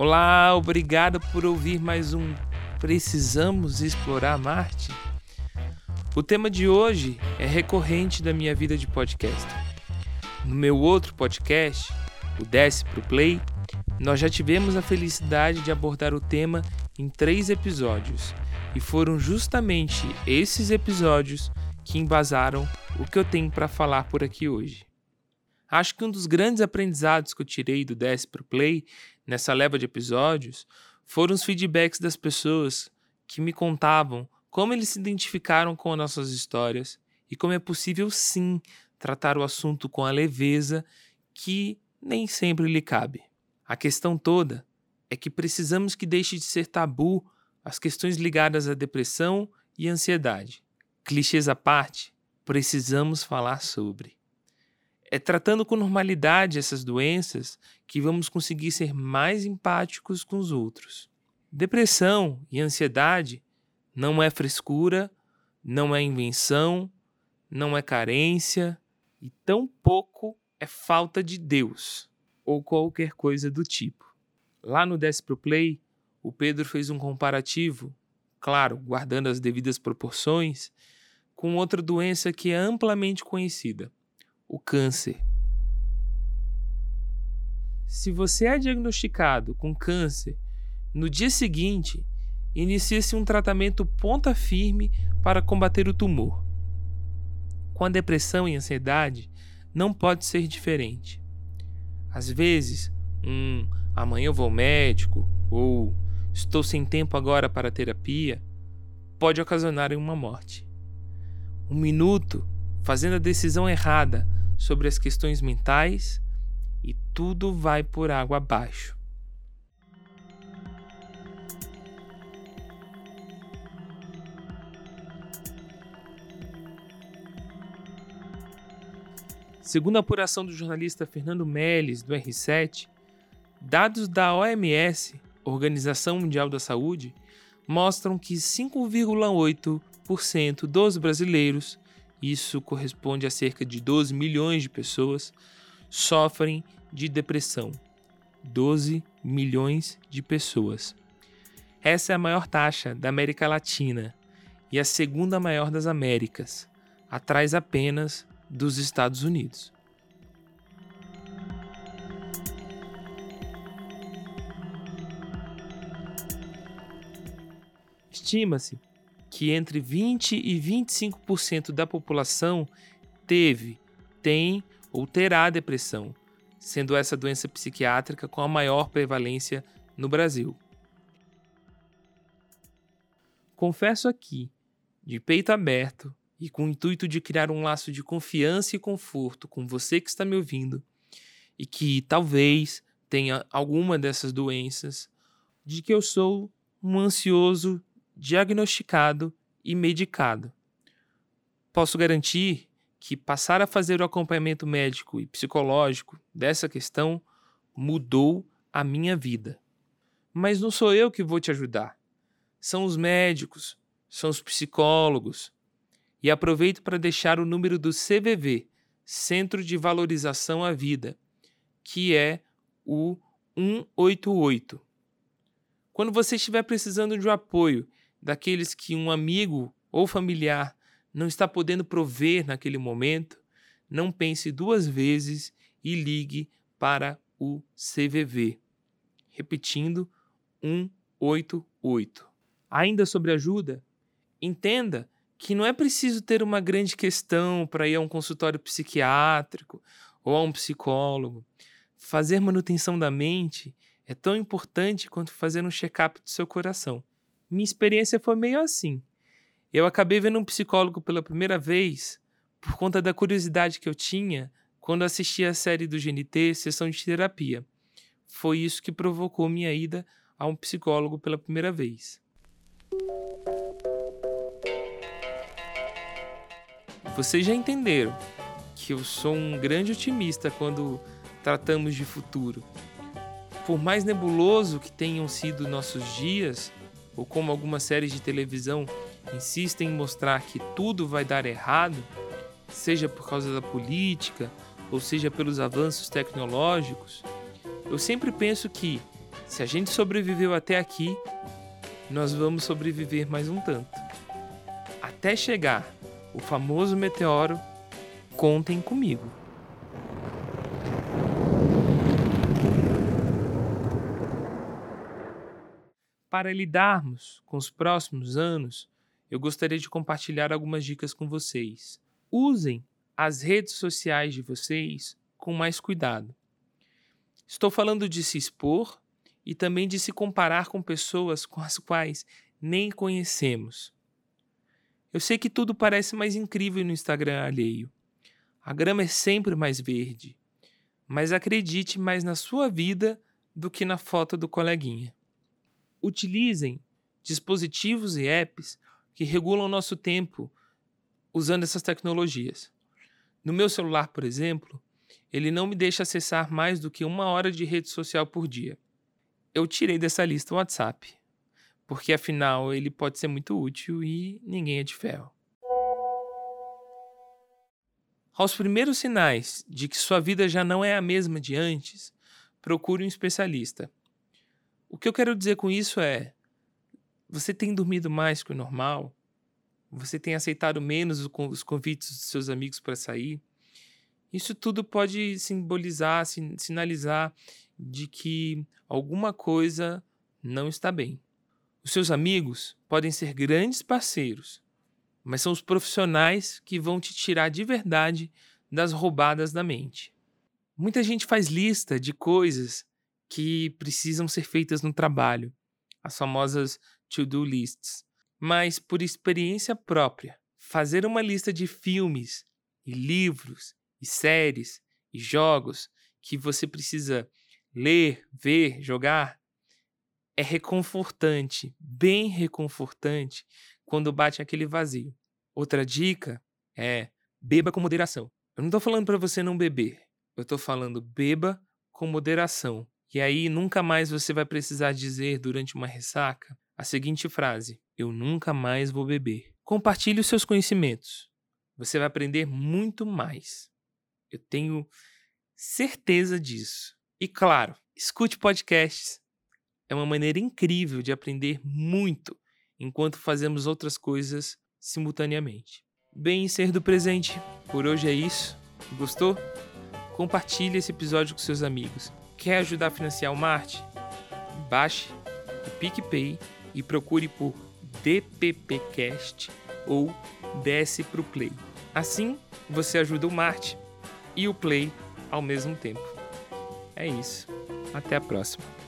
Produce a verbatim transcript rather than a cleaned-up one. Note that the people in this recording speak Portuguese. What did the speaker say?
Olá, obrigado por ouvir mais um Precisamos Explorar Marte? O tema de hoje é recorrente da minha vida de podcaster. No meu outro podcast, o Desce Pro Play, nós já tivemos a felicidade de abordar o tema em três episódios, e foram justamente esses episódios que embasaram o que eu tenho para falar por aqui hoje. Acho que um dos grandes aprendizados que eu tirei do Desce Pro Play, nessa leva de episódios, foram os feedbacks das pessoas que me contavam como eles se identificaram com as nossas histórias e como é possível sim tratar o assunto com a leveza que nem sempre lhe cabe. A questão toda é que precisamos que deixe de ser tabu as questões ligadas à depressão e ansiedade. Clichês à parte, precisamos falar sobre. É tratando com normalidade essas doenças que vamos conseguir ser mais empáticos com os outros. Depressão e ansiedade não é frescura, não é invenção, não é carência e tampouco é falta de Deus ou qualquer coisa do tipo. Lá no Desce Pro Play, o Pedro fez um comparativo, claro, guardando as devidas proporções, com outra doença que é amplamente conhecida, o câncer. Se você é diagnosticado com câncer, no dia seguinte, inicia-se um tratamento ponta firme para combater o tumor. Com a depressão e ansiedade, não pode ser diferente. Às vezes, um amanhã eu vou ao médico ou estou sem tempo agora para a terapia pode ocasionar uma morte. Um minuto fazendo a decisão errada sobre as questões mentais e tudo vai por água abaixo. Segundo a apuração do jornalista Fernando Meles, do R sete, dados da O M S, Organização Mundial da Saúde, mostram que cinco vírgula oito por cento dos brasileiros, isso corresponde a cerca de doze milhões de pessoas, sofrem de depressão. doze milhões de pessoas. Essa é a maior taxa da América Latina e a segunda maior das Américas, atrás apenas dos Estados Unidos. Estima-se que entre vinte e vinte e cinco por cento da população teve, tem ou terá depressão, sendo essa doença psiquiátrica com a maior prevalência no Brasil. Confesso aqui, de peito aberto e com o intuito de criar um laço de confiança e conforto com você que está me ouvindo e que talvez tenha alguma dessas doenças, de que eu sou um ansioso diagnosticado e medicado. Posso garantir que passar a fazer o acompanhamento médico e psicológico dessa questão mudou a minha vida. Mas não sou eu que vou te ajudar. São os médicos, são os psicólogos. E aproveito para deixar o número do C V V, Centro de Valorização à Vida, que é o um oito oito. Quando você estiver precisando de um apoio daqueles que um amigo ou familiar não está podendo prover naquele momento, não pense duas vezes e ligue para o C V V. Repetindo, um oito oito. Ainda sobre ajuda, entenda que não é preciso ter uma grande questão para ir a um consultório psiquiátrico ou a um psicólogo. Fazer manutenção da mente é tão importante quanto fazer um check-up do seu coração. Minha experiência foi meio assim. Eu acabei vendo um psicólogo pela primeira vez por conta da curiosidade que eu tinha quando assisti a série do G N T, Sessão de Terapia. Foi isso que provocou minha ida a um psicólogo pela primeira vez. Vocês já entenderam que eu sou um grande otimista quando tratamos de futuro. Por mais nebuloso que tenham sido nossos dias, ou como algumas séries de televisão insistem em mostrar que tudo vai dar errado, seja por causa da política, ou seja pelos avanços tecnológicos, eu sempre penso que, Se a gente sobreviveu até aqui, nós vamos sobreviver mais um tanto. Até chegar o famoso meteoro, contem comigo. Para lidarmos com os próximos anos, eu gostaria de compartilhar algumas dicas com vocês. Usem as redes sociais de vocês com mais cuidado. Estou falando de se expor e também de se comparar com pessoas com as quais nem conhecemos. Eu sei que tudo parece mais incrível no Instagram alheio. A grama é sempre mais verde, mas acredite mais na sua vida do que na foto do coleguinha. Utilizem dispositivos e apps que regulam nosso tempo usando essas tecnologias. No meu celular, por exemplo, ele não me deixa acessar mais do que uma hora de rede social por dia. Eu tirei dessa lista o WhatsApp, porque afinal ele pode ser muito útil e ninguém é de ferro. Aos primeiros sinais de que sua vida já não é a mesma de antes, procure um especialista. O que eu quero dizer com isso é: você tem dormido mais que o normal? Você tem aceitado menos os convites dos seus amigos para sair? Isso tudo pode simbolizar, sinalizar de que alguma coisa não está bem. Os seus amigos podem ser grandes parceiros, mas são os profissionais que vão te tirar de verdade das roubadas da mente. Muita gente faz lista de coisas que precisam ser feitas no trabalho, as famosas to-do lists. Mas, por experiência própria, fazer uma lista de filmes e livros e séries e jogos que você precisa ler, ver, jogar, é reconfortante, bem reconfortante, quando bate aquele vazio. Outra dica é: beba com moderação. Eu não estou falando para você não beber, eu estou falando beba com moderação. E aí nunca mais você vai precisar dizer durante uma ressaca a seguinte frase: eu nunca mais vou beber. Compartilhe os seus conhecimentos. Você vai aprender muito mais. Eu tenho certeza disso. E claro, escute podcasts. É uma maneira incrível de aprender muito enquanto fazemos outras coisas simultaneamente. Bem, ser do presente, por hoje é isso. Gostou? Compartilhe esse episódio com seus amigos. Quer ajudar a financiar o Marte? Baixe o PicPay e procure por DPPcast ou Desce pro Play. Assim, você ajuda o Marte e o Play ao mesmo tempo. É isso. Até a próxima.